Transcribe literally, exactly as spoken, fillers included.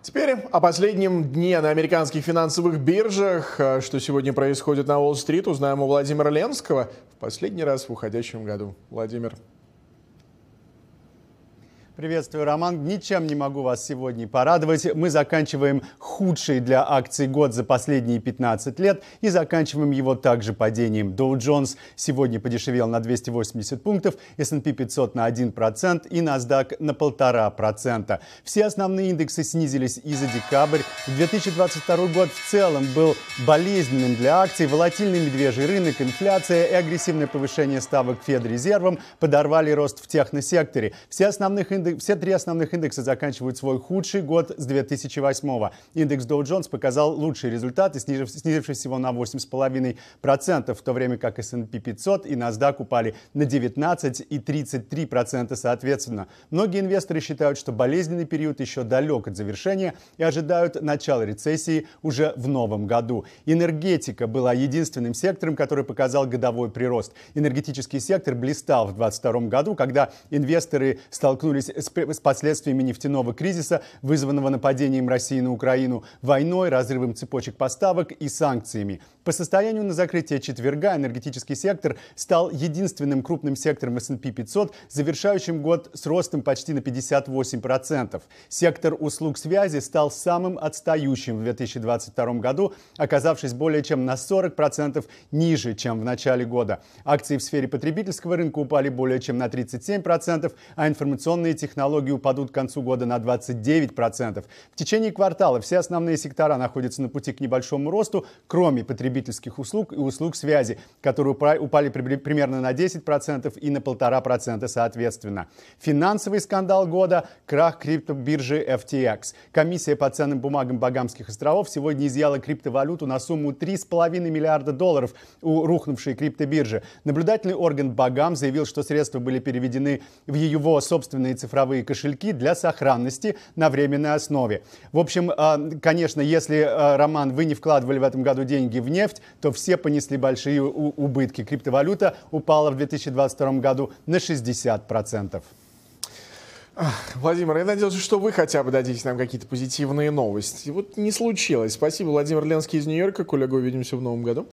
Теперь о последнем дне на американских финансовых биржах. Что сегодня происходит на Уолл-стрит, узнаем у Владимира Ленского в последний раз в уходящем году. Владимир. Приветствую, Роман. Ничем не могу вас сегодня порадовать. Мы заканчиваем худший для акций год за последние пятнадцать лет и заканчиваем его также падением. Dow Jones сегодня подешевел на двести восемьдесят пунктов, эс энд пи пятьсот на один процент и NASDAQ на полтора процента. Все основные индексы снизились и за декабрь. две тысячи двадцать второй год в целом был болезненным для акций. Волатильный медвежий рынок, инфляция и агрессивное повышение ставок Федрезервом подорвали рост в техносекторе. Все основных индексы Все три основных индекса заканчивают свой худший год с две тысячи восьмого. Индекс Dow Jones показал лучшие результаты, снизившись всего на восемь целых пять десятых процента, в то время как эс энд пи пятьсот и NASDAQ упали на девятнадцать и тридцать три процента соответственно. Многие инвесторы считают, что болезненный период еще далек от завершения и ожидают начала рецессии уже в новом году. Энергетика была единственным сектором, который показал годовой прирост. Энергетический сектор блистал в две тысячи двадцать втором году, когда инвесторы столкнулись с последствиями нефтяного кризиса, вызванного нападением России на Украину, войной, разрывом цепочек поставок и санкциями. По состоянию на закрытие четверга энергетический сектор стал единственным крупным сектором эс энд пи пятьсот, завершающим год с ростом почти на пятьдесят восемь процентов. Сектор услуг связи стал самым отстающим в две тысячи двадцать втором году, оказавшись более чем на сорок процентов ниже, чем в начале года. Акции в сфере потребительского рынка упали более чем на тридцать семь процентов, а информационные технологии упадут к концу года на двадцать девять процентов. В течение квартала все основные сектора находятся на пути к небольшому росту, кроме потребительских услуг и услуг связи, которые упали примерно на десять процентов и на полтора процента соответственно. Финансовый скандал года – крах криптобиржи эф ти экс. Комиссия по ценным бумагам Багамских островов сегодня изъяла криптовалюту на сумму три с половиной миллиарда долларов у рухнувшей криптобиржи. Наблюдательный орган Багам заявил, что средства были переведены в его собственные цифровые кошельки для сохранности на временной основе. В общем, конечно, если, Роман, вы не вкладывали в этом году деньги в нефть, то все понесли большие убытки. Криптовалюта упала в две тысячи двадцать втором году на шестьдесят процентов. Владимир, я надеялся, что вы хотя бы дадите нам какие-то позитивные новости. Вот не случилось. Спасибо, Владимир Ленский из Нью-Йорка. Коллега, увидимся в новом году.